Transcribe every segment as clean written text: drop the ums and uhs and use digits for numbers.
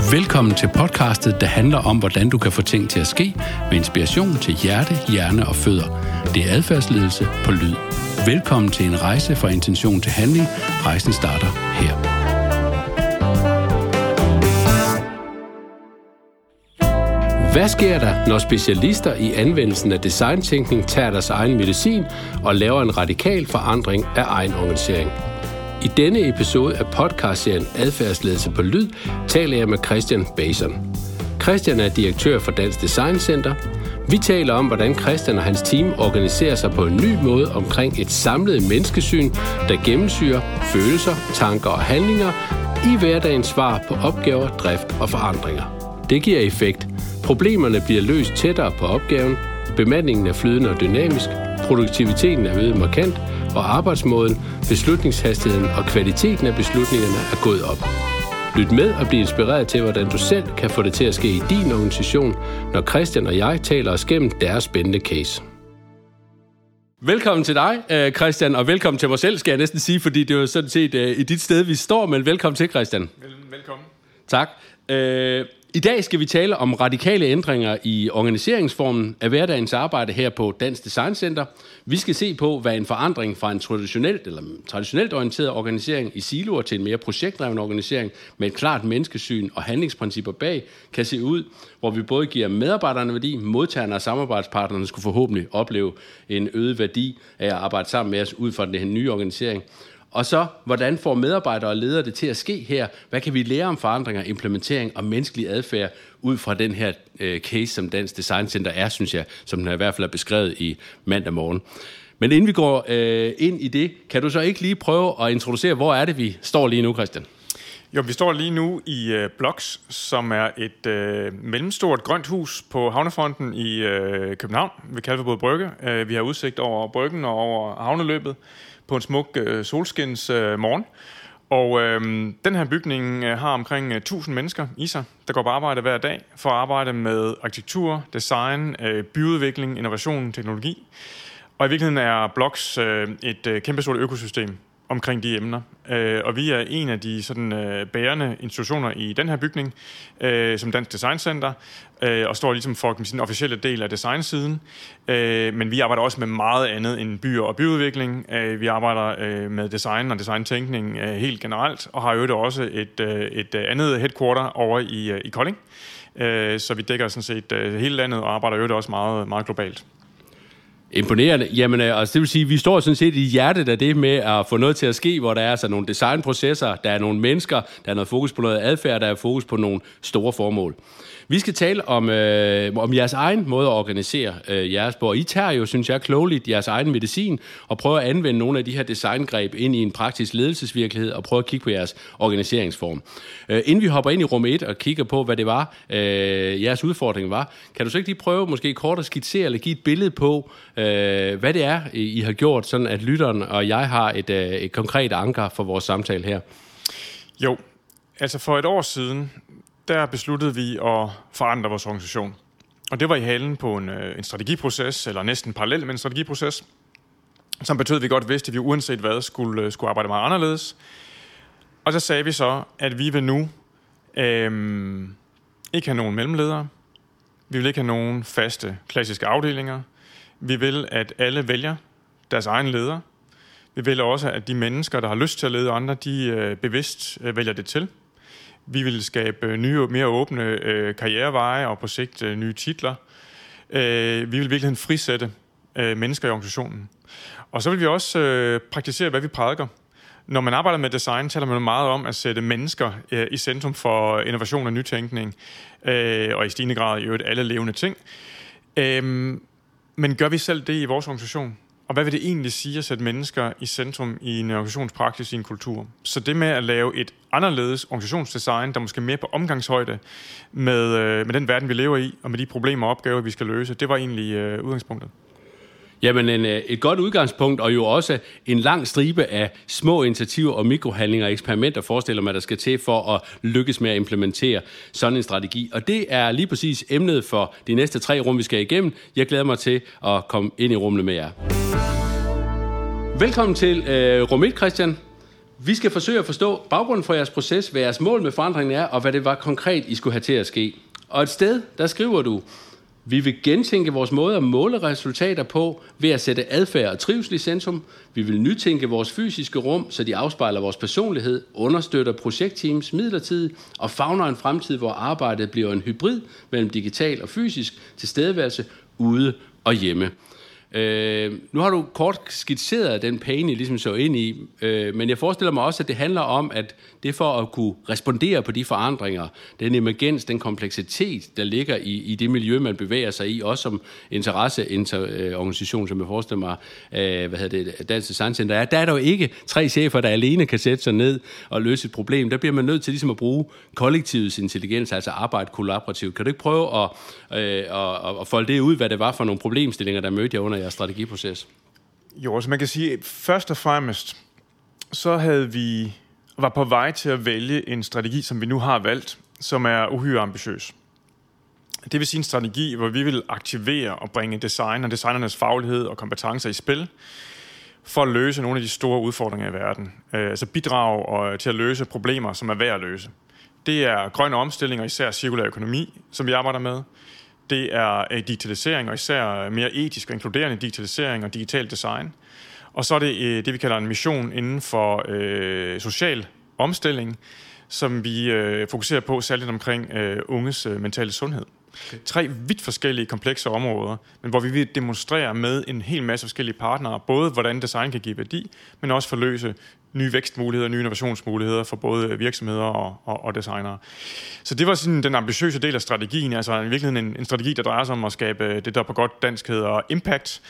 Velkommen til podcastet, der handler om, hvordan du kan få ting til at ske med inspiration til hjerte, hjerne og fødder. Det er adfærdsledelse på lyd. Velkommen til en rejse fra intention til handling. Rejsen starter her. Hvad sker der, når specialister i anvendelsen af designtænkning tager deres egen medicin og laver en radikal forandring af egen organisering? I denne episode af podcastserien Adfærdsledelse på Lyd taler jeg med Christian Bason. Christian er direktør for Dansk Design Center. Vi taler om, hvordan Christian og hans team organiserer sig på en ny måde omkring et samlet menneskesyn, der gennemsyrer følelser, tanker og handlinger i hverdagens svar på opgaver, drift og forandringer. Det giver effekt. Problemerne bliver løst tættere på opgaven, bemandingen er flydende og dynamisk, produktiviteten er øget markant, og arbejdsmåden, beslutningshastigheden og kvaliteten af beslutningerne er gået op. Lyt med og bliv inspireret til, hvordan du selv kan få det til at ske i din organisation, når Christian og jeg taler os gennem deres spændende case. Velkommen til dig, Christian, og velkommen til mig selv, skal jeg næsten sige, fordi det er jo sådan set i dit sted, vi står, men velkommen til, Christian. Velkommen. Tak. I dag skal vi tale om radikale ændringer i organiseringsformen af hverdagens arbejde her på Dansk Design Center. Vi skal se på, hvad en forandring fra en traditionelt orienteret organisering i siloer til en mere projektdreven organisering med et klart menneskesyn og handlingsprincipper bag kan se ud, hvor vi både giver medarbejderne værdi, modtagerne og samarbejdspartnerne skulle forhåbentlig opleve en øget værdi af at arbejde sammen med os ud fra den nye organisering. Og så, hvordan får medarbejdere og ledere det til at ske her? Hvad kan vi lære om forandringer, implementering og menneskelig adfærd ud fra den her case, som Dansk Design Center er, synes jeg, som den i hvert fald er beskrevet i mandag morgen. Men inden vi går ind i det, kan du så ikke lige prøve at introducere, hvor er det, vi står lige nu, Christian? Jo, vi står lige nu i Bloks, som er et mellemstort grønt hus på Havnefronten i København ved Kalvebod Brygge. Vi har udsigt over bryggen og over havneløbet på en smuk solskins morgen. Og den her bygning har omkring 1000 mennesker i sig, der går på arbejde hver dag for at arbejde med arkitektur, design, byudvikling, innovation, teknologi. Og i virkeligheden er Bloks et kæmpestort økosystem omkring de emner. Og vi er en af de sådan, bærende institutioner i den her bygning, som Dansk Design Center, og står ligesom for den officielle del af designsiden. Men vi arbejder også med meget andet end byer og byudvikling. Vi arbejder med design og designtænkning helt generelt, og har jo også et andet headquarter over i Kolding. Så vi dækker sådan set hele landet og arbejder jo også meget, meget globalt. Imponerende. Jamen, altså det vil sige, at vi står sådan set i hjertet af det med at få noget til at ske, hvor der er altså nogle designprocesser, der er nogle mennesker, der er noget fokus på noget adfærd, der er fokus på nogle store formål. Vi skal tale om jeres egen måde at organisere jeres på. I tager jo, synes jeg, klogeligt jeres egen medicin og prøver at anvende nogle af de her designgreb ind i en praktisk ledelsesvirkelighed og prøver at kigge på jeres organiseringsform. Inden vi hopper ind i rum 1 og kigger på, hvad det var, jeres udfordring var, kan du så ikke lige prøve måske kort at skitsere eller give et billede på, hvad det er, I har gjort, sådan at lytteren og jeg har et konkret anker for vores samtale her? Jo, altså for et år siden, der besluttede vi at forandre vores organisation. Og det var i halen på en strategiproces, eller næsten parallelt med en strategiproces, som betød, at vi godt vidste, at vi uanset hvad skulle arbejde meget anderledes. Og så sagde vi så, at vi vil nu ikke have nogen mellemledere. Vi vil ikke have nogen faste, klassiske afdelinger. Vi vil, at alle vælger deres egen leder. Vi vil også, at de mennesker, der har lyst til at lede andre, de bevidst vælger det til. Vi vil skabe nye, mere åbne karriereveje og på sigt nye titler. Vi vil virkelig frisætte mennesker i organisationen. Og så vil vi også praktisere, hvad vi prædiker. Når man arbejder med design, taler man meget om at sætte mennesker i centrum for innovation og nytænkning, og i stigende grad i øvrigt alle levende ting. Men gør vi selv det i vores organisation? Og hvad vil det egentlig sige at sætte mennesker i centrum i en organisationspraksis, i en kultur? Så det med at lave et anderledes organisationsdesign, der måske mere på omgangshøjde med den verden, vi lever i, og med de problemer og opgaver, vi skal løse, det var egentlig udgangspunktet. Jamen et godt udgangspunkt, og jo også en lang stribe af små initiativer og mikrohandlinger og eksperimenter, forestiller man, der skal til for at lykkes med at implementere sådan en strategi. Og det er lige præcis emnet for de næste 3 rum, vi skal igennem. Jeg glæder mig til at komme ind i rummene med jer. Velkommen til rum 1, Christian. Vi skal forsøge at forstå baggrunden for jeres proces, hvad jeres mål med forandringen er, og hvad det var konkret, I skulle have til at ske. Og et sted, der skriver du, vi vil gentænke vores måde at måle resultater på ved at sætte adfærd og trivsel i centrum. Vi vil nytænke vores fysiske rum, så de afspejler vores personlighed, understøtter projektteams midlertidigt og favner en fremtid, hvor arbejdet bliver en hybrid mellem digital og fysisk tilstedeværelse ude og hjemme. Nu har du kort skitseret den pain, I ligesom så ind i, men jeg forestiller mig også, at det handler om, at det for at kunne respondere på de forandringer, den emergens, den kompleksitet, der ligger i det miljø, man bevæger sig i, også som interesseorganisation, som jeg forestiller mig, Dansk Design Center er, der er der jo ikke 3 chefer, der alene kan sætte sig ned og løse et problem. Der bliver man nødt til ligesom at bruge kollektivets intelligens, altså arbejde kollaborativt. Kan du ikke prøve at folde det ud, hvad det var for nogle problemstillinger, der mødte jer under jeres strategiproces? Jo, så man kan sige, først og fremmest, så var på vej til at vælge en strategi, som vi nu har valgt, som er uhyre ambitiøs. Det vil sige en strategi, hvor vi vil aktivere og bringe design og designernes faglighed og kompetencer i spil, for at løse nogle af de store udfordringer i verden. Altså bidrage til at løse problemer, som er værd at løse. Det er grøn omstilling og især cirkulær økonomi, som vi arbejder med. Det er digitalisering og især mere etisk og inkluderende digitalisering og digital design. Og så er det det, vi kalder en mission inden for social omstilling, som vi fokuserer på særligt omkring unges mentale sundhed. Okay. 3 vidt forskellige komplekse områder, men hvor vi vil demonstrere med en hel masse forskellige partnere, både hvordan design kan give værdi, men også forløse nye vækstmuligheder, nye innovationsmuligheder for både virksomheder og designere. Så det var sådan den ambitiøse del af strategien, altså i virkeligheden en strategi, der drejer sig om at skabe det, der på godt dansk hedder impact,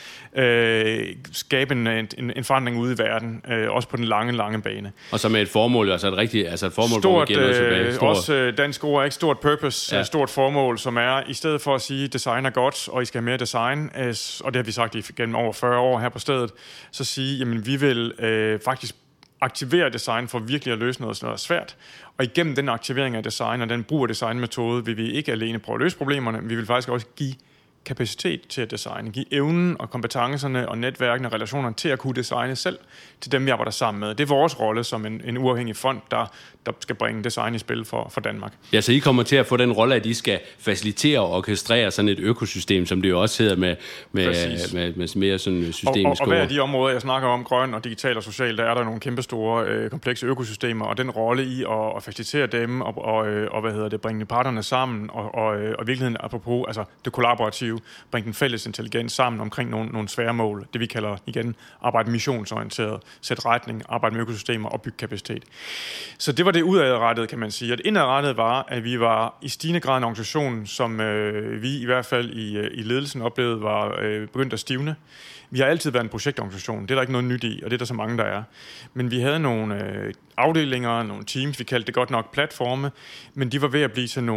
skabe en forandring ude i verden, også på den lange bane. Og så med et formål, altså et formål, stort, hvor man giver noget tilbage. Stort. Også dansk ord, ikke? Stort purpose, stort formål, som er, i stedet for at sige, design er godt, og I skal have mere design, og det har vi sagt gennem over 40 år her på stedet, så sige, jamen vi vil faktisk aktivere design for virkelig at løse noget svært. Og igennem den aktivering af design og den brug af designmetode, vil vi ikke alene prøve at løse problemerne, vi vil faktisk også give kapacitet til at designe, give evnen og kompetencerne og netværkene og relationerne til at kunne designe selv til dem, vi arbejder sammen med. Det er vores rolle som en uafhængig fond, der skal bringe design i spil for Danmark. Ja, så I kommer til at få den rolle, at I skal facilitere og orkestrere sådan et økosystem, som det jo også hedder med mere sådan systemisk. Og hver af de områder, jeg snakker om, grøn og digital og social, der er der nogle kæmpe store komplekse økosystemer, og den rolle i at facilitere dem og bringe parterne sammen og virkeligheden apropos, altså det kollaborative, bringe den fælles intelligens sammen omkring nogle svære mål. Det vi kalder igen arbejde missionsorienteret, sætte retning, arbejde med økosystemer og bygge kapacitet. Så det var det udadrettede, kan man sige. Og det indadrettede var, at vi var i stigende grad en organisation, som vi i hvert fald i ledelsen oplevede var begyndt at stivne. Vi har altid været en projektorganisation. Det er der ikke noget nyt i, og det er der så mange, der er. Men vi havde nogle afdelinger, nogle teams, vi kaldte det godt nok platforme, men de var ved at blive til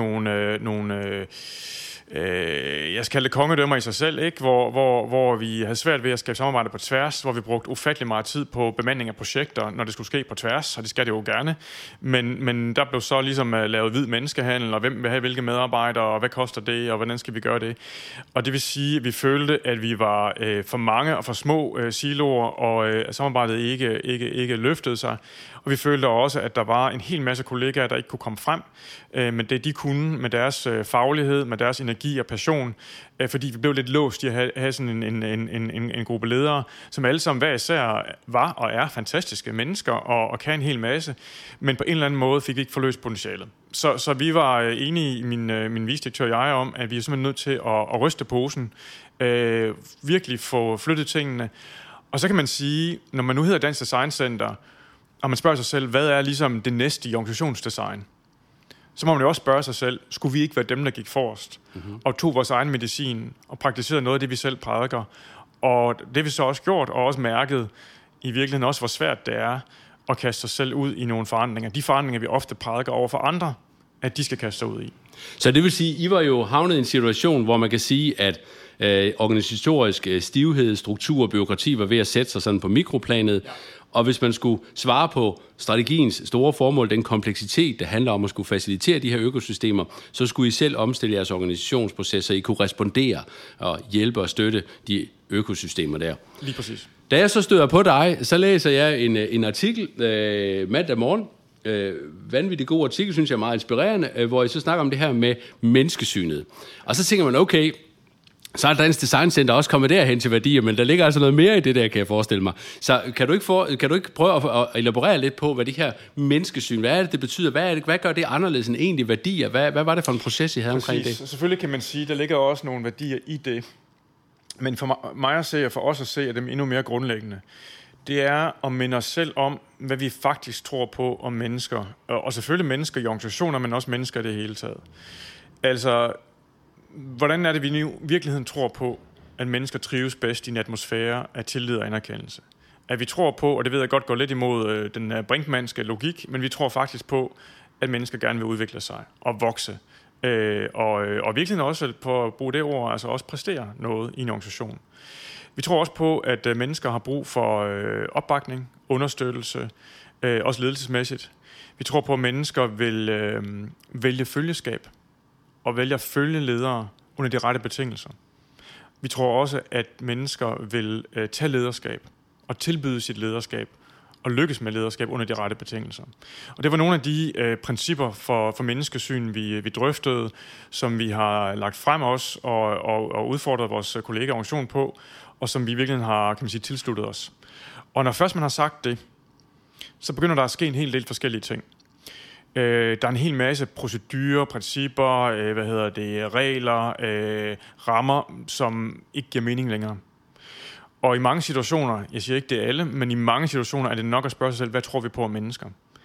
jeg skal kalde det kongedømmer i sig selv, ikke? Hvor vi havde svært ved at skabe samarbejde på tværs, hvor vi brugte ufattelig meget tid på bemanding af projekter, når det skulle ske på tværs, og det skal det jo gerne. Men der blev så ligesom lavet hvid menneskehandel, og hvem vil have hvilke medarbejdere, og hvad koster det, og hvordan skal vi gøre det? Og det vil sige, at vi følte, at vi var for mange og for små siloer, og samarbejdet ikke løftede sig. Og vi følte også, at der var en hel masse kollegaer, der ikke kunne komme frem med det, de kunne, med deres faglighed, med deres energi og passion, fordi vi blev lidt låst i at have sådan en gruppe ledere, som alle sammen hver især var og er fantastiske mennesker og kan en hel masse, men på en eller anden måde fik vi ikke forløst potentialet. Så vi var enige, min vicedirektør og jeg, om, at vi er simpelthen nødt til at ryste posen, virkelig få flyttet tingene. Og så kan man sige, når man nu hedder Dansk Design Center, og man spørger sig selv, hvad er ligesom det næste i organisationsdesign? Så må man jo også spørge sig selv, skulle vi ikke være dem, der gik forrest, og tog vores egen medicin, og praktiserede noget af det, vi selv prædiker. Og det har vi så også gjort, og også mærket i virkeligheden også, hvor svært det er at kaste sig selv ud i nogle forandringer. De forandringer, vi ofte prædiker over for andre, at de skal kaste sig ud i. Så det vil sige, I var jo havnet i en situation, hvor man kan sige, at organisatorisk stivhed, struktur og byråkrati var ved at sætte sig sådan på mikroplanet, og hvis man skulle svare på strategiens store formål, den kompleksitet, der handler om at skulle facilitere de her økosystemer, så skulle I selv omstille jeres organisationsprocesser, I kunne respondere og hjælpe og støtte de økosystemer der. Lige præcis. Da jeg så støder på dig, så læser jeg en artikel mandag morgen. Vanvittig god artikel, synes jeg er meget inspirerende, hvor I så snakker om det her med menneskesynet. Og så tænker man, okay, så er Dansk Design Center også kommet derhen til værdier, men der ligger altså noget mere i det der, kan jeg forestille mig. Så kan du ikke prøve at elaborere lidt på, hvad det her menneskesyn, hvad er det betyder? Hvad gør det anderledes end egentlig værdier? Hvad var det for en proces, I havde omkring det? Selvfølgelig kan man sige, der ligger også nogle værdier i det. Men for mig at se, og for os at se, er dem endnu mere grundlæggende. Det er at minde os selv om, hvad vi faktisk tror på om mennesker. Og selvfølgelig mennesker i organisationer, men også mennesker i det hele taget. Altså, hvordan er det, vi i virkeligheden tror på, at mennesker trives bedst i en atmosfære af tillid og anerkendelse? At vi tror på, og det ved jeg godt går lidt imod den brinkmannske logik, men vi tror faktisk på, at mennesker gerne vil udvikle sig og vokse. Og virkelig også på at bruge det ord, altså også præstere noget i en organisation. Vi tror også på, at mennesker har brug for opbakning, understøttelse, også ledelsesmæssigt. Vi tror på, at mennesker vil vælge følgeskab og vælge at følge ledere under de rette betingelser. Vi tror også, at mennesker vil tage lederskab og tilbyde sit lederskab og lykkes med lederskab under de rette betingelser. Og det var nogle af de principper for menneskesyn, vi drøftede, som vi har lagt frem os og udfordret vores kollegaorganisation på, og som vi virkelig har, kan man sige, tilsluttet os. Og når først man har sagt det, så begynder der at ske en hel del forskellige ting. Der er en hel masse procedurer, principper, regler, rammer, som ikke giver mening længere. Og i mange situationer, jeg siger ikke det er alle, men i mange situationer er det nok at spørge sig selv, hvad tror vi på om mennesker?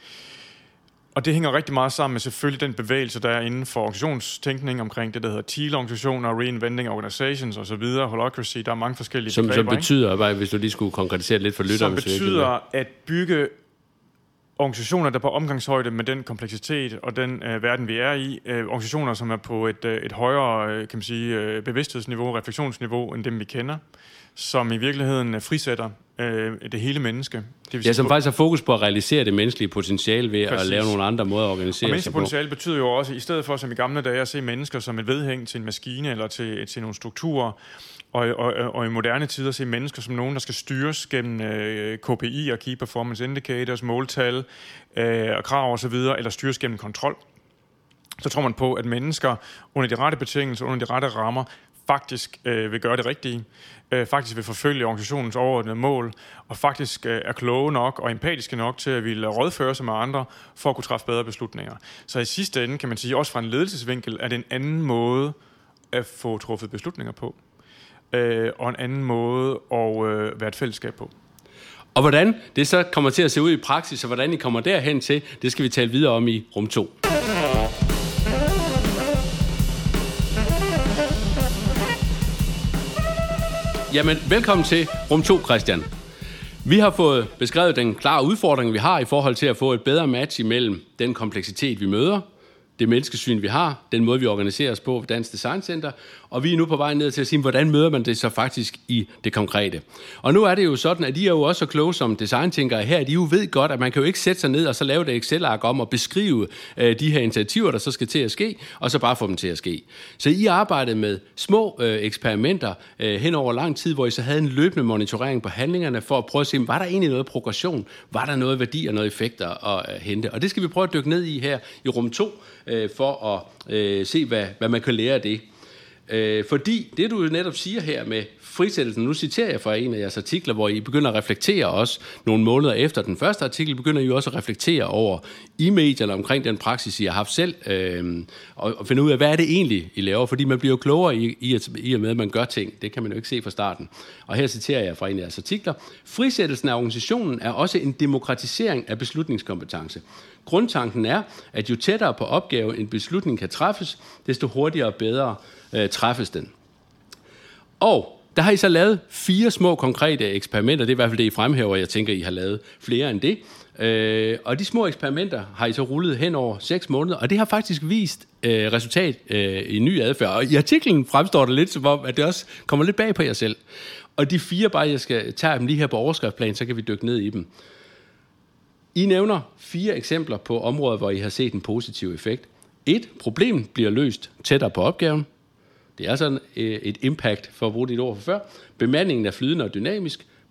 Og det hænger rigtig meget sammen med selvfølgelig den bevægelse, der er inden for organisationstænkning omkring det, der hedder TEAL-organisationer, Reinventing Organizations osv., Holacracy, der er mange forskellige begreber. Som betyder, bare, hvis du lige skulle konkretisere lidt for lytterne. Som betyder at bygge organisationer, der er på omgangshøjde med den kompleksitet og den verden, vi er i. Organisationer, som er på et højere, kan man sige, bevidsthedsniveau, refleksionsniveau, end dem vi kender, som i virkeligheden frisætter det hele menneske. Det som faktisk har fokus på at realisere det menneskelige potentiale ved at lave nogle andre måder at organisere sig på. Og menneskeligt potentiale betyder jo også, i stedet for som i gamle dage at se mennesker som et vedhæng til en maskine eller til nogle strukturer, og i moderne tider se mennesker som nogen, der skal styres gennem KPI og Key Performance Indicators, måltal og krav osv., eller styres gennem kontrol. Så tror man på, at mennesker under de rette betingelser, under de rette rammer, faktisk vil gøre det rigtige, faktisk vil forfølge organisationens overordnede mål, og faktisk er kloge nok og empatiske nok til at ville rådføre sig med andre, for at kunne træffe bedre beslutninger. Så i sidste ende, kan man sige, også fra en ledelsesvinkel, er det en anden måde at få truffet beslutninger på, og en anden måde at være et fællesskab på. Og hvordan det så kommer til at se ud i praksis, og hvordan I kommer derhen til, det skal vi tale videre om i rum 2. Jamen, velkommen til rum 2, Christian. Vi har fået beskrevet den klare udfordring, vi har i forhold til at få et bedre match imellem den kompleksitet, vi møder, det menneskesyn, vi har, den måde, vi organiserer os på ved Dansk Design Center, og vi er nu på vej ned til at sige, hvordan møder man det så faktisk i det konkrete. Og nu er det jo sådan, at de er jo også så kloge som designtænkere her, de jo ved godt, at man kan jo ikke sætte sig ned og så lave et Excel-ark om og beskrive de her initiativer, der så skal til at ske, og så bare få dem til at ske. Så I arbejdede med små eksperimenter hen over lang tid, hvor I så havde en løbende monitorering på handlingerne, for at prøve at se, var der egentlig noget progression? Var der noget værdi og noget effekter at hente? Og det skal vi prøve at dykke ned i her i rum 2, for at se, hvad man kan lære af det. Fordi det, du netop siger her med frisættelsen, nu citerer jeg fra en af jeres artikler, hvor I begynder at reflektere også nogle måneder efter den første artikel, begynder I også at reflektere over i medierne omkring den praksis, I har haft selv, og finde ud af, hvad er det egentlig, I laver, fordi man bliver jo klogere i og med, at man gør ting. Det kan man jo ikke se fra starten. Og her citerer jeg fra en af jeres artikler. Frisættelsen af organisationen er også en demokratisering af beslutningskompetence. Grundtanken er, at jo tættere på opgave en beslutning kan træffes, desto hurtigere og bedre træffes den. Og der har I så lavet 4 små konkrete eksperimenter. Det er i hvert fald det, I fremhæver. Jeg tænker, I har lavet flere end det. Og de små eksperimenter har I så rullet hen over 6 måneder, og det har faktisk vist resultat i ny adfærd. Og i artiklen fremstår det lidt som om, at det også kommer lidt bag på jer selv. Og de 4, bare jeg skal tage dem lige her på overskriftsplan, så kan vi dykke ned i dem. I nævner 4 eksempler på områder, hvor I har set en positiv effekt. 1. Problem bliver løst tættere på opgaven. Det er sådan et impact, for at bruge dit ord for før. Bemandingen er flydende og dynamisk.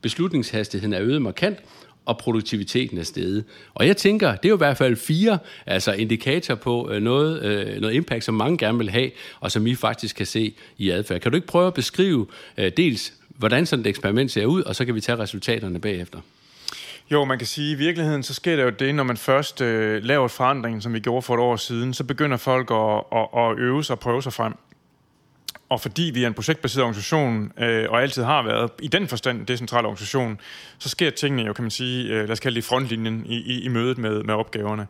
beslutningshastigheden er øget markant, og produktiviteten er steget. Og jeg tænker, det er jo i hvert fald 4 indikatorer på noget impact, som mange gerne vil have, og som I faktisk kan se i adfærd. Kan du ikke prøve at beskrive dels, hvordan sådan et eksperiment ser ud, og så kan vi tage resultaterne bagefter? Jo, man kan sige, at i virkeligheden, så sker der jo det, når man først laver et forandring, som vi gjorde for et år siden, så begynder folk at øve sig og prøve sig frem. Og fordi vi er en projektbaseret organisation, og altid har været i den forstand decentrale organisation, så sker tingene jo, kan man sige, lad os kalde det frontlinjen i mødet med opgaverne.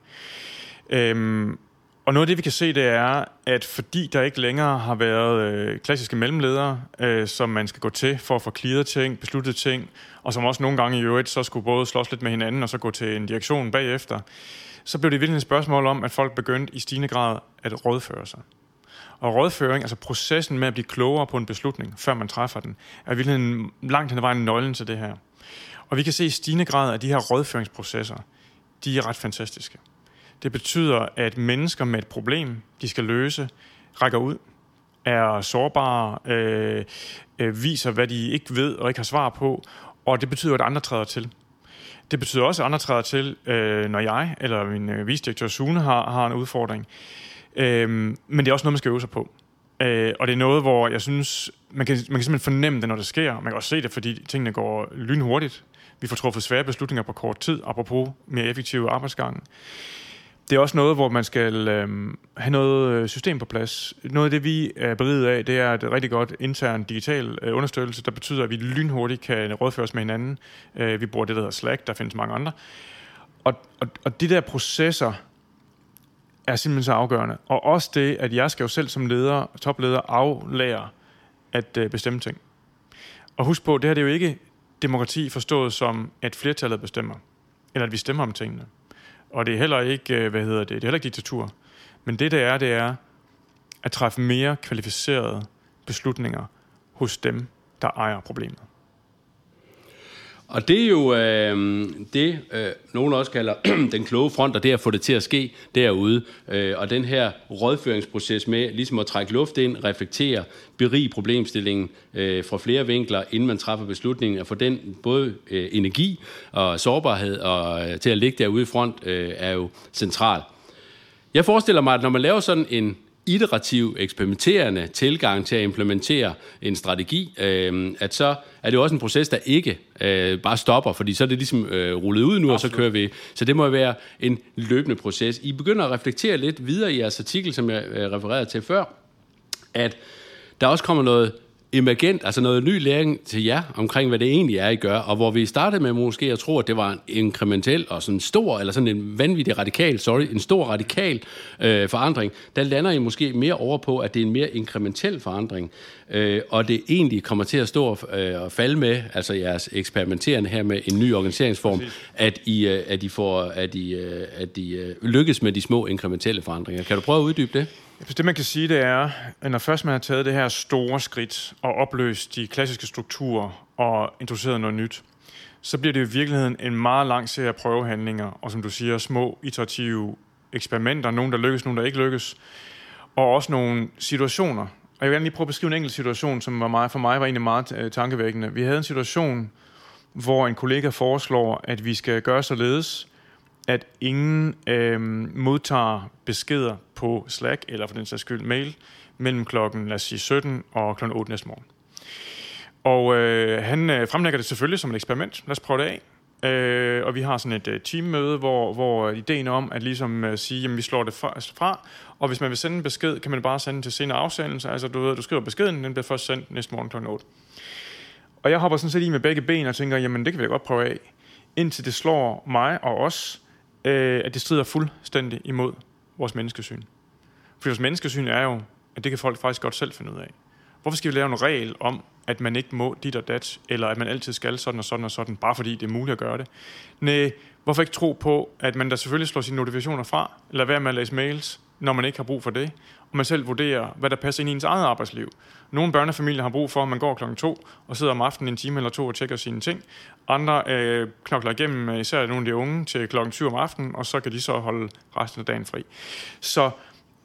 Og noget af det, vi kan se, det er, at fordi der ikke længere har været klassiske mellemledere, som man skal gå til for at få clearet ting, besluttet ting, og som også nogle gange i øvrigt så skulle både slås lidt med hinanden og så gå til en direktion bagefter, så blev det virkelig et spørgsmål om, at folk begyndte i stigende grad at rådføre sig. Og rådføring, altså processen med at blive klogere på en beslutning, før man træffer den, er virkelig langt hen ad vejen nøglen til det her. Og vi kan se i stigende grad, at de her rådføringsprocesser, de er ret fantastiske. Det betyder, at mennesker med et problem, de skal løse, rækker ud, er sårbare, viser, hvad de ikke ved og ikke har svar på, og det betyder, at andre træder til. Det betyder også, at andre træder til, når jeg eller min vicedirektør Sune har en udfordring. Men det er også noget, man skal øve sig på. Og det er noget, hvor jeg synes, man kan simpelthen fornemme det, når det sker. Man kan også se det, fordi tingene går lynhurtigt. Vi får truffet svære beslutninger på kort tid, apropos mere effektive arbejdsgange. Det er også noget, hvor man skal have noget system på plads. Noget af det, vi er beriget af, det er et rigtig godt intern digital understøttelse, der betyder, at vi lynhurtigt kan rådføres med hinanden. Vi bruger det, der hedder Slack, der findes mange andre. Og de der processer er simpelthen så afgørende. Og også det, at jeg skal jo selv som leder, topleder, aflære at bestemme ting. Og husk på, det her det er jo ikke demokrati forstået som, at flertallet bestemmer, eller at vi stemmer om tingene. Og det er heller ikke, det er heller ikke diktatur. Men det er at træffe mere kvalificerede beslutninger hos dem, der ejer problemet. Og det er jo nogen også kalder den kloge front, og det at få det til at ske derude. Og den her rådføringsproces med ligesom at trække luft ind, reflektere, berige problemstillingen fra flere vinkler, inden man træffer beslutningen, og få den både energi og sårbarhed og til at ligge derude i front, er jo central. Jeg forestiller mig, at når man laver sådan en iterativ, eksperimenterende tilgang til at implementere en strategi, at så er det jo også en proces, der ikke bare stopper, fordi så er det ligesom rullet ud nu, og så kører vi. Så det må være en løbende proces. I begynder at reflektere lidt videre i jeres artikel, som jeg refererede til før, at der også kommer noget emergent, altså noget ny læring til jer omkring, hvad det egentlig er, I gør, og hvor vi startede med måske at tro, at det var en inkrementel og sådan stor, eller sådan en vanvittig en stor radikal forandring, der lander I måske mere over på, at det er en mere inkrementel forandring, og det egentlig kommer til at stå og falde med, altså jeres eksperimenterende her med en ny organiseringsform, at I lykkes med de små inkrementelle forandringer. Kan du prøve at uddybe det? Det man kan sige, det er, at når først man har taget det her store skridt og opløst de klassiske strukturer og introduceret noget nyt, så bliver det i virkeligheden en meget lang serie af prøvehandlinger, og som du siger, små iterative eksperimenter, nogle der lykkes, nogle der ikke lykkes, og også nogle situationer. Og jeg vil gerne lige prøve at beskrive en enkelt situation, som for mig var egentlig meget tankevækkende. Vi havde en situation, hvor en kollega foreslår, at vi skal gøre således, at ingen modtager beskeder på Slack, eller for den sags skyld mail, mellem klokken, lad os sige, 17 og klokken 8 næste morgen. Og han fremlægger det selvfølgelig som et eksperiment. Lad os prøve det af. Og vi har sådan et teammøde, hvor ideen om at ligesom sige, at vi slår det fra, og hvis man vil sende en besked, kan man bare sende den til senere afsendelse. Altså du skriver beskeden, den bliver først sendt næste morgen klokken 8. Og jeg hopper sådan set i med begge ben og tænker, jamen det kan vi da godt prøve af. Indtil det slår mig og os, at det strider fuldstændig imod vores menneskesyn. For vores menneskesyn er jo, at det kan folk faktisk godt selv finde ud af. Hvorfor skal vi lave en regel om, at man ikke må dit og dat, eller at man altid skal sådan og sådan og sådan, bare fordi det er muligt at gøre det? Nej, hvorfor ikke tro på, at man da selvfølgelig slår sine notifikationer fra, eller være med at læse mails, når man ikke har brug for det, og man selv vurderer, hvad der passer ind i ens eget arbejdsliv. Nogle børnefamilier har brug for, at man går klokken 2 og sidder om aftenen en time eller 2 og tjekker sine ting. Andre knokler igennem, især nogle af de unge, til klokken 7 om aftenen, og så kan de så holde resten af dagen fri. Så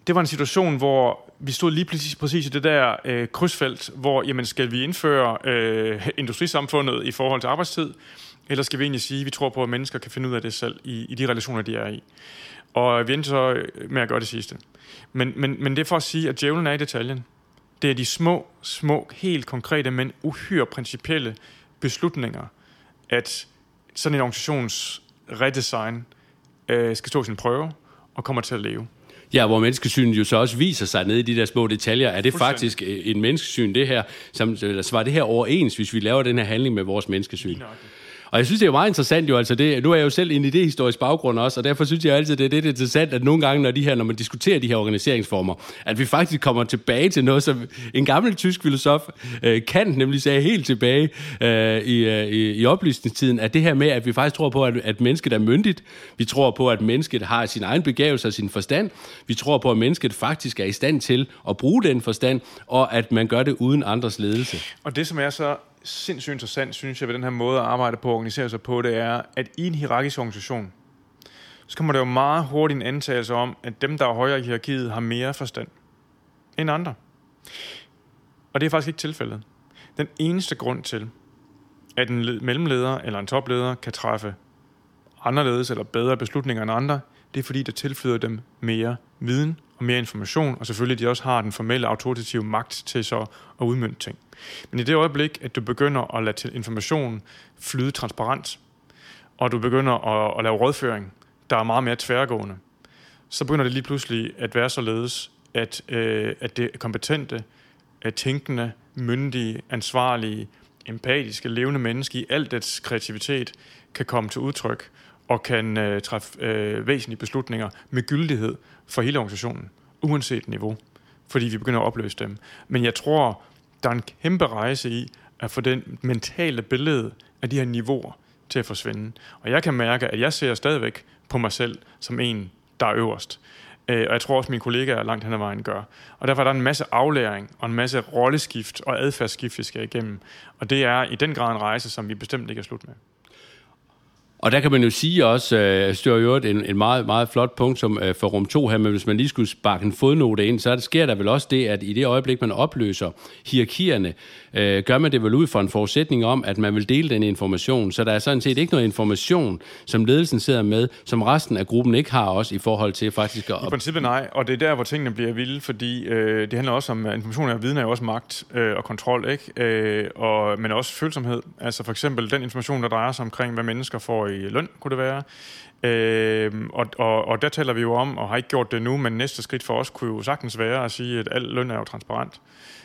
det var en situation, hvor vi stod lige præcis i det der krydsfelt, hvor jamen, skal vi indføre industrisamfundet i forhold til arbejdstid, eller skal vi egentlig sige, at vi tror på, at mennesker kan finde ud af det selv i de relationer, de er i. Og vi endte så med at gøre det sidste. Men det er for at sige, at djævlen er i detaljen. Det er de små, helt konkrete, men uhyre principielle beslutninger, at sådan en organisations redesign skal stå sin prøve og kommer til at leve. Ja, hvor menneskesynet jo så også viser sig nede i de der små detaljer. Er det faktisk en menneskesyn, det her? Eller svarer det her overens, hvis vi laver den her handling med vores menneskesyn? Og jeg synes, det er jo meget interessant jo, altså det, nu er jeg jo selv inde i det historiske baggrund også, og derfor synes jeg altid, det er lidt interessant, at nogle gange, når man diskuterer de her organiseringsformer, at vi faktisk kommer tilbage til noget, som en gammel tysk filosof, Kant, nemlig sagde helt tilbage i oplysningstiden, at det her med, at vi faktisk tror på, at mennesket er myndigt, vi tror på, at mennesket har sin egen begævelse og sin forstand, vi tror på, at mennesket faktisk er i stand til at bruge den forstand, og at man gør det uden andres ledelse. Og det, som er så sindssygt interessant, synes jeg, ved den her måde at arbejde på og organisere sig på, det er, at i en hierarkisk organisation, så kommer der jo meget hurtigt en antagelse om, at dem, der er højere i hierarkiet, har mere forstand end andre. Og det er faktisk ikke tilfældet. Den eneste grund til, at en mellemleder eller en topleder kan træffe anderledes eller bedre beslutninger end andre, det er fordi, der tilflyder dem mere viden og mere information, og selvfølgelig de også har den formelle autoritative magt til så at udmønte ting. Men i det øjeblik, at du begynder at lade information flyde transparent, og du begynder at lave rådføring, der er meget mere tværgående, så begynder det lige pludselig at være således, at det kompetente, tænkende, myndige, ansvarlige, empatiske, levende menneske i al dets kreativitet kan komme til udtryk og kan træffe væsentlige beslutninger med gyldighed for hele organisationen, uanset niveau, fordi vi begynder at opløse dem. Men jeg tror, der er en kæmpe rejse i at få den mentale billede af de her niveauer til at forsvinde. Og jeg kan mærke, at jeg ser stadigvæk på mig selv som en, der er øverst. Og jeg tror også, at mine kollegaer langt hen ad vejen gør. Og derfor er der en masse aflæring og en masse rolleskift og adfærdsskift, vi skal igennem. Og det er i den grad en rejse, som vi bestemt ikke er slut med. Og der kan man jo sige også, det var jo en meget, meget flot punkt som for rum 2 her, men hvis man lige skulle sparke en fodnote ind, så sker der vel også det, at i det øjeblik, man opløser hierarkierne, gør man det vel ud fra en forudsætning om, at man vil dele den information. Så der er sådan set ikke noget information, som ledelsen sidder med, som resten af gruppen ikke har også i forhold til faktisk at... I princippet nej, og det er der, hvor tingene bliver vilde, fordi det handler også om, information og viden er jo også magt og kontrol, ikke? Men også følsomhed. Altså for eksempel den information, der drejer sig omkring, hvad mennesker får i løn, kunne det være. Og der taler vi jo om, og har ikke gjort det nu, men næste skridt for os kunne jo sagtens være at sige, at al løn er jo transparent.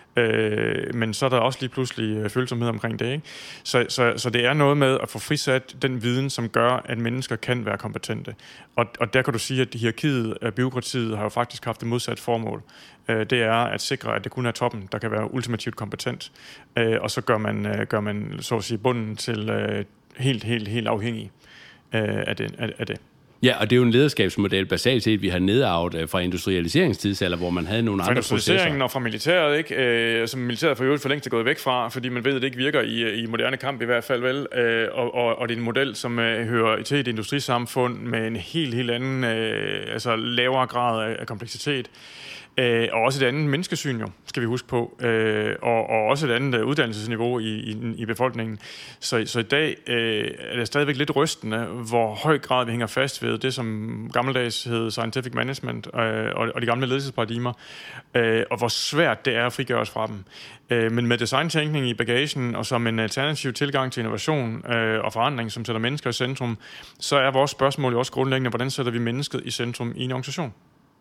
Men så er der også lige pludselig følsomhed omkring det, ikke? Så det er noget med at få frisat den viden, som gør, at mennesker kan være kompetente. Og der kan du sige, at hierarkiet af bureaukratiet har jo faktisk haft det modsatte formål. Det er at sikre, at det kun er toppen, der kan være ultimativt kompetent. Og så gør man så at sige bunden til helt afhængig af det. Ja, og det er jo en lederskabsmodel basalt set, vi har nedarvet fra industrialiseringstidsalder, hvor man havde nogle andre processer. Fra industrialiseringen og fra militæret, ikke? Som militæret for længst er gået væk fra, fordi man ved, at det ikke virker i moderne kamp i hvert fald, vel? Og det er en model, som hører til et industrisamfund med en helt anden, lavere grad af kompleksitet. Og også et andet menneskesyn, jo, skal vi huske på. Og også et andet uddannelsesniveau i befolkningen. Så i dag er det stadigvæk lidt rystende, hvor høj grad vi hænger fast ved det, som gammeldags hed scientific management og de gamle ledelsesparadigmer, og hvor svært det er at frigøre os fra dem. Men med designtænkning i bagagen, og som en alternativ tilgang til innovation og forandring, som sætter mennesker i centrum, så er vores spørgsmål jo også grundlæggende, hvordan sætter vi mennesket i centrum i en organisation?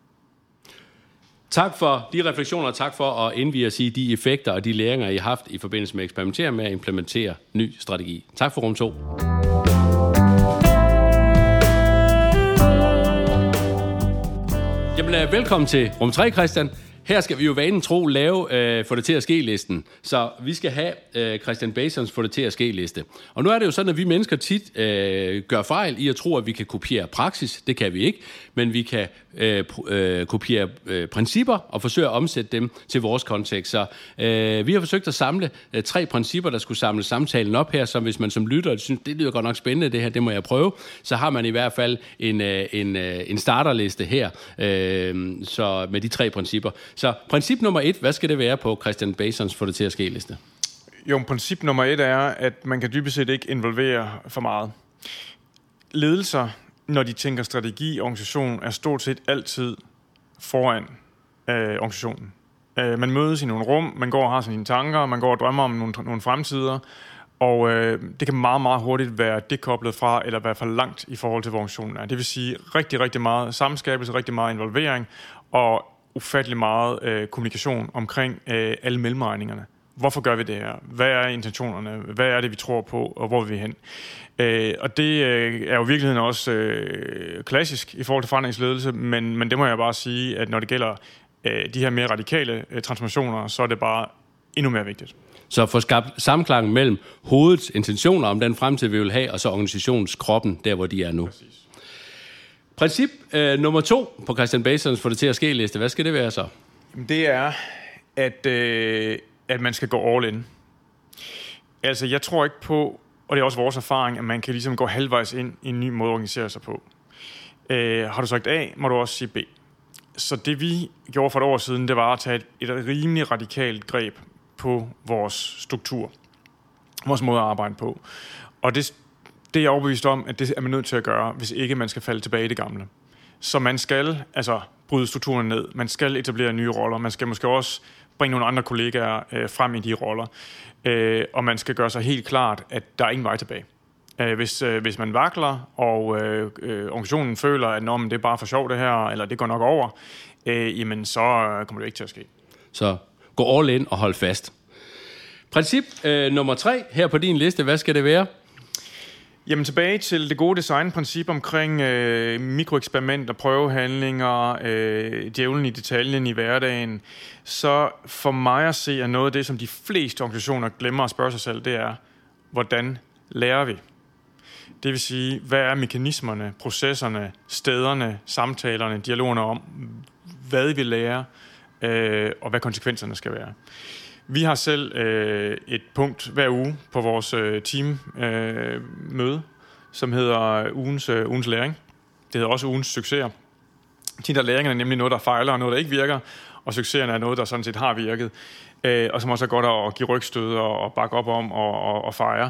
Tak for de refleksioner, og tak for at indvie os i de effekter og de læringer, I har haft i forbindelse med at eksperimentere med at implementere ny strategi. Tak for rum 2. Jamen, velkommen til rum 3, Christian. Her skal vi jo vanen tro lave få det til at ske-listen. Så vi skal have Christian Basons få det til at ske-liste. Og nu er det jo sådan, at vi mennesker tit gør fejl i at tro, at vi kan kopiere praksis. Det kan vi ikke. Men vi kan kopiere principper og forsøge at omsætte dem til vores kontekst. Så vi har forsøgt at samle 3 principper, der skulle samle samtalen op her, som hvis man som lytter synes, det lyder godt nok spændende det her, det må jeg prøve, så har man i hvert fald en starterliste her så med de 3 principper. Så princip nummer 1, hvad skal det være på Christian Basons få det til at ske-liste? Jo, princip nummer 1 er, at man kan dybest set ikke involvere for meget. Ledelser, når de tænker strategi og organisation, er stort set altid foran organisationen. Man mødes i nogle rum, man går og har sine tanker, man går og drømmer om nogle fremtider, og det kan meget, meget hurtigt være dekoblet fra, eller i hvert fald langt i forhold til, hvor organisationen er. Det vil sige rigtig, rigtig meget samskabelse, rigtig meget involvering, og ufattelig meget kommunikation omkring alle mellemregningerne. Hvorfor gør vi det her? Hvad er intentionerne? Hvad er det, vi tror på, og hvor vil vi hen? Og det er jo i virkeligheden også klassisk i forhold til forandringsledelse, men det må jeg bare sige, at når det gælder de her mere radikale transformationer, så er det bare endnu mere vigtigt. Så få skabt samklang mellem hovedets intentioner om den fremtid, vi vil have, og så organisationens kroppen, der hvor de er nu. Præcis. Princip nummer 2 på Christian Basons få det til at ske-liste. Hvad skal det være så? Det er, at man skal gå all in. Altså, jeg tror ikke på, og det er også vores erfaring, at man kan ligesom gå halvvejs ind i en ny måde at organisere sig på. Har du sagt A, må du også sige B. Så det vi gjorde for et år siden, det var at tage et rimelig radikalt greb på vores struktur. Vores måde at arbejde på. Og det er jeg overbevist om, at det er man nødt til at gøre, hvis ikke man skal falde tilbage i det gamle. Så man skal altså bryde strukturen ned. Man skal etablere nye roller. Man skal måske også bringe nogle andre kollegaer frem i de roller. Og man skal gøre sig helt klart, at der er ingen vej tilbage. Hvis man vakler, og organisationen føler, at det er bare for sjov det her, eller det går nok over, jamen så kommer det ikke til at ske. Så gå all in og hold fast. Princip nummer 3 her på din liste, hvad skal det være? Jamen tilbage til det gode designprincip omkring mikroeksperimenter, prøvehandlinger, djævlen i detaljen i hverdagen. Så for mig at se, er noget af det, som de fleste organisationer glemmer at spørge sig selv, det er, hvordan lærer vi? Det vil sige, hvad er mekanismerne, processerne, stederne, samtalerne, dialogerne om, hvad vi lærer, og hvad konsekvenserne skal være. Vi har selv et punkt hver uge på vores teammøde, som hedder ugens læring. Det hedder også ugens succeser. Tit er læringen er nemlig noget, der fejler, og noget, der ikke virker, og succeserne er noget, der sådan set har virket, og som også er godt at give rygstød og bakke op om og fejre.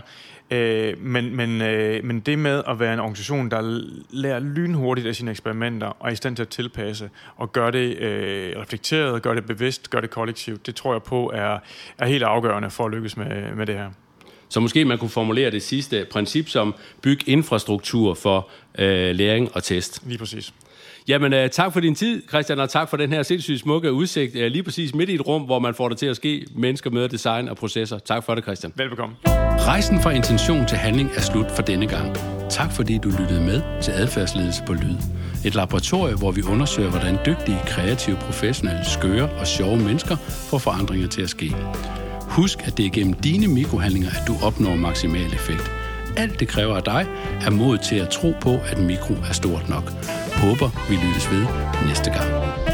Men det med at være en organisation, der lærer lynhurtigt af sine eksperimenter og er i stand til at tilpasse og gøre det reflekteret, gøre det bevidst, gøre det kollektivt, det tror jeg på er helt afgørende for at lykkes med det her. Så måske man kunne formulere det sidste princip som byg infrastruktur for læring og test. Lige præcis. Jamen, tak for din tid, Christian, og tak for den her sindssygt smukke udsigt. Lige præcis midt i et rum, hvor man får det til at ske. Mennesker møder design og processer. Tak for det, Christian. Velbekomme. Rejsen fra intention til handling er slut for denne gang. Tak fordi du lyttede med til Adfærdsledelse på Lyd. Et laboratorium, hvor vi undersøger, hvordan dygtige, kreative, professionelle, skøre og sjove mennesker får forandringer til at ske. Husk, at det er gennem dine mikrohandlinger, at du opnår maksimal effekt. Alt det kræver af dig er mod til at tro på, at mikro er stort nok. Håber, vi lyttes ved næste gang.